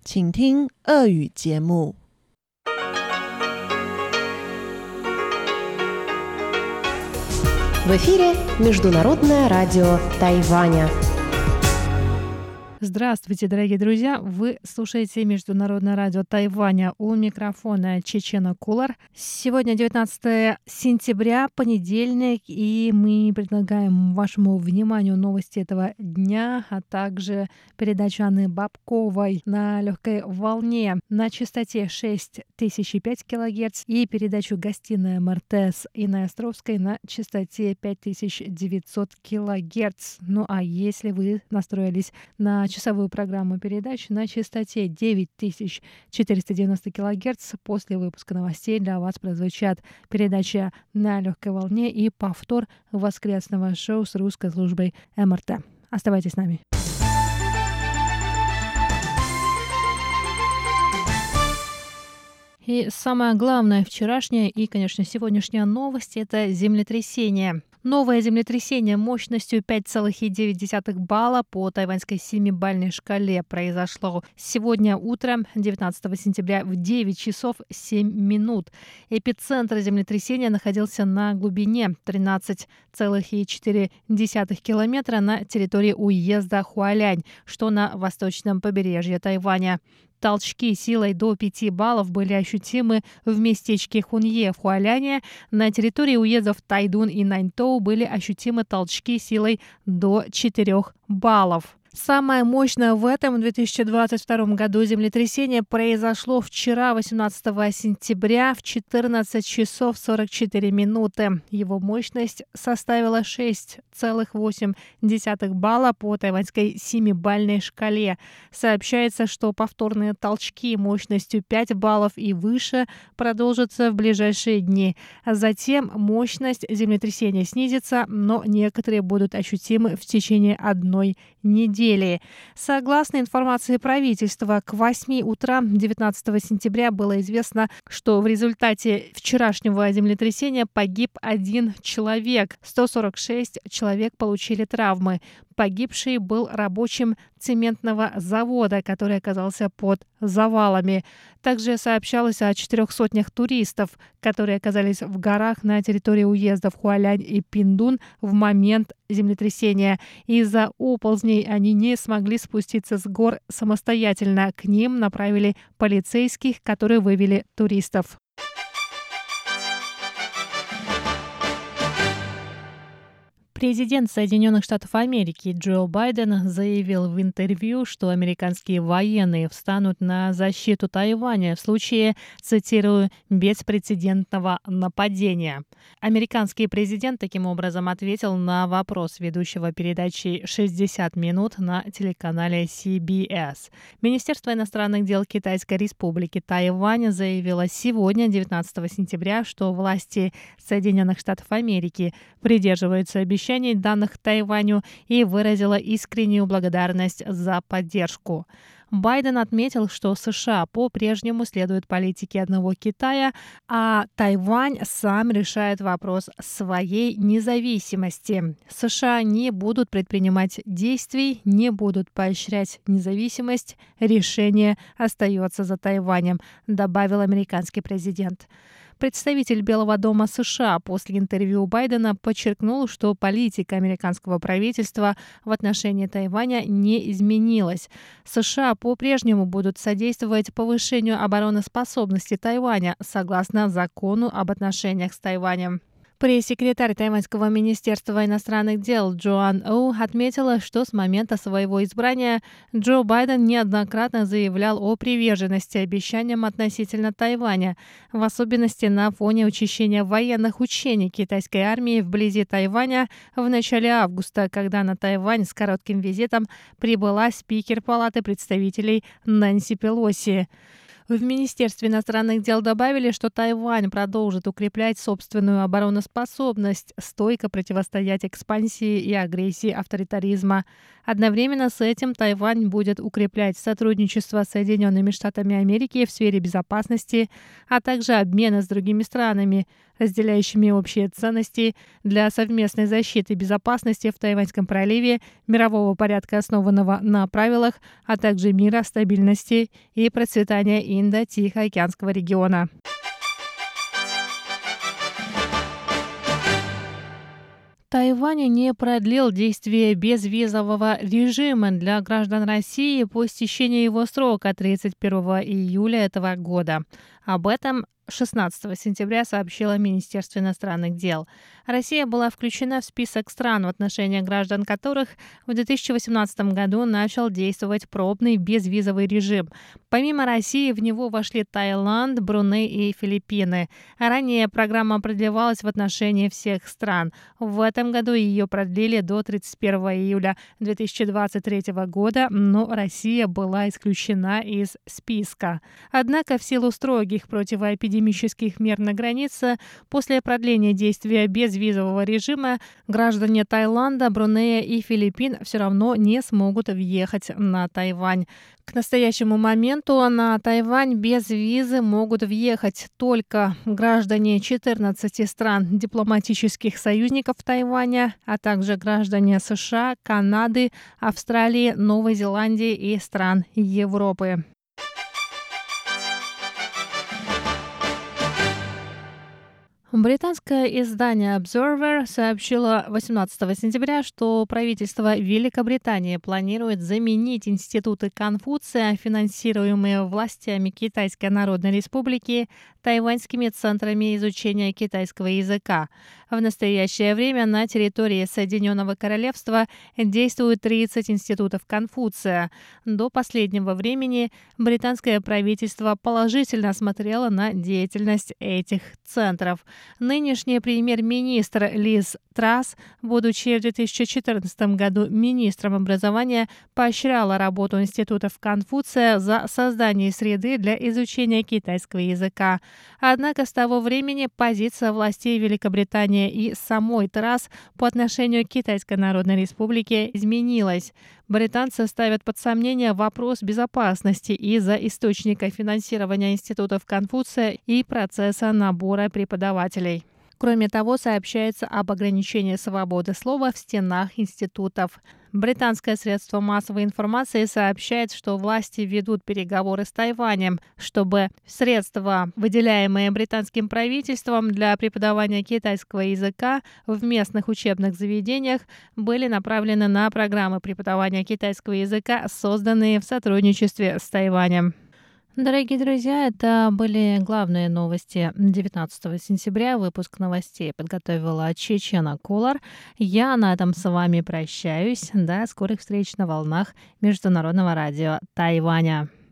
请听俄语节目。 В эфире Международное радио Тайваня. Здравствуйте, дорогие друзья! Вы слушаете Международное радио Тайваня. У микрофона Чечена Кулар. Сегодня 19 сентября, понедельник, и мы предлагаем вашему вниманию новости этого дня, а также передачу Анны Бабковой на легкой волне на частоте 6005 кГц и передачу «Гостиная МРТ» с Инной Островской на частоте 5900 кГц. Ну а если вы настроились на часовую программу передач на частоте 9490 кГц. После выпуска новостей для вас прозвучат передача «На легкой волне» и повтор воскресного шоу с русской службой МРТ. Оставайтесь с нами. И самое главное, вчерашняя и, конечно, сегодняшняя новость – это землетрясение. Новое землетрясение мощностью 5,9 балла по тайваньской 7-бальной шкале произошло сегодня утром, 19 сентября, в 9 часов 7 минут. Эпицентр землетрясения находился на глубине 13,4 километра на территории уезда Хуалянь, что на восточном побережье Тайваня. Толчки силой до 5 баллов были ощутимы в местечке Хунье в Хуаляне. На территории уездов Тайдун и Наньтоу были ощутимы толчки силой до 4 баллов. Самое мощное в этом 2022 году землетрясение произошло вчера, 18 сентября, в 14 часов 44 минуты. Его мощность составила 6,8 балла по тайваньской 7-бальной шкале. Сообщается, что повторные толчки мощностью 5 баллов и выше продолжатся в ближайшие дни. Затем мощность землетрясения снизится, но некоторые будут ощутимы в течение одной недели. Согласно информации правительства, к 8 утра 19 сентября было известно, что в результате вчерашнего землетрясения погиб 1 человек. 146 человек получили травмы. Погибший был рабочим цементного завода, который оказался под завалами. Также сообщалось о 400 туристов, которые оказались в горах на территории уездов Хуалянь и Пиндун в момент землетрясения. Из-за оползней они не смогли спуститься с гор самостоятельно. К ним направили полицейских, которые вывели туристов. Президент Соединенных Штатов Америки Джо Байден заявил в интервью, что американские военные встанут на защиту Тайваня в случае, цитирую, «беспрецедентного нападения». Американский президент таким образом ответил на вопрос ведущего передачи «60 минут» на телеканале CBS. Министерство иностранных дел Китайской Республики Тайвань заявило сегодня, 19 сентября, что власти Соединенных Штатов Америки придерживаются обещаний, данных Тайваню, и выразила искреннюю благодарность за поддержку. Байден отметил, что США по-прежнему следуют политике одного Китая, а Тайвань сам решает вопрос своей независимости. США не будут предпринимать действий, не будут поощрять независимость. Решение остается за Тайванем, добавил американский президент. Представитель Белого дома США после интервью Байдена подчеркнул, что политика американского правительства в отношении Тайваня не изменилась. США по-прежнему будут содействовать повышению обороноспособности Тайваня согласно закону об отношениях с Тайванем. Пресс-секретарь Тайваньского министерства иностранных дел Джоан Оу отметила, что с момента своего избрания Джо Байден неоднократно заявлял о приверженности обещаниям относительно Тайваня, в особенности на фоне учащения военных учений китайской армии вблизи Тайваня в начале августа, когда на Тайвань с коротким визитом прибыла спикер Палаты представителей Нэнси Пелоси. В Министерстве иностранных дел добавили, что Тайвань продолжит укреплять собственную обороноспособность, стойко противостоять экспансии и агрессии авторитаризма. Одновременно с этим Тайвань будет укреплять сотрудничество с Соединенными Штатами Америки в сфере безопасности, а также обмена с другими странами. разделяющими общие ценности для совместной защиты безопасности в Тайваньском проливе, мирового порядка, основанного на правилах, а также мира, стабильности и процветания Индо-Тихоокеанского региона. Тайвань не продлил действие безвизового режима для граждан России по истечении его срока 31 июля этого года. Об этом 16 сентября сообщило Министерство иностранных дел. Россия была включена в список стран, в отношении граждан которых в 2018 году начал действовать пробный безвизовый режим. Помимо России в него вошли Таиланд, Бруней и Филиппины. Ранее программа продлевалась в отношении всех стран. В этом году ее продлили до 31 июля 2023 года, но Россия была исключена из списка. Однако в силу строгих противоэпидемических мер на границе, после продления действия безвизового режима граждане Таиланда, Брунея и Филиппин все равно не смогут въехать на Тайвань. К настоящему моменту на Тайвань без визы могут въехать только граждане 14 стран дипломатических союзников Тайваня, а также граждане США, Канады, Австралии, Новой Зеландии и стран Европы. Британское издание Observer сообщило 18 сентября, что правительство Великобритании планирует заменить институты Конфуция, финансируемые властями Китайской Народной Республики, тайваньскими центрами изучения китайского языка. В настоящее время на территории Соединенного Королевства действует 30 институтов Конфуция. До последнего времени британское правительство положительно смотрело на деятельность этих центров. Нынешний премьер-министр Лиз Трасс, будучи в 2014 году министром образования, поощряла работу институтов Конфуция за создание среды для изучения китайского языка. Однако с того времени позиция властей Великобритании и самой Трасс по отношению к Китайской Народной Республике изменилась. Британцы ставят под сомнение вопрос безопасности из-за источника финансирования институтов Конфуция и процесса набора преподавателей. Кроме того, сообщается об ограничении свободы слова в стенах институтов. Британское средство массовой информации сообщает, что власти ведут переговоры с Тайванем, чтобы средства, выделяемые британским правительством для преподавания китайского языка в местных учебных заведениях, были направлены на программы преподавания китайского языка, созданные в сотрудничестве с Тайванем. Дорогие друзья, это были главные новости 19 сентября. Выпуск новостей подготовила Чечена Кулар. Я на этом с вами прощаюсь. До скорых встреч на волнах Международного радио Тайваня.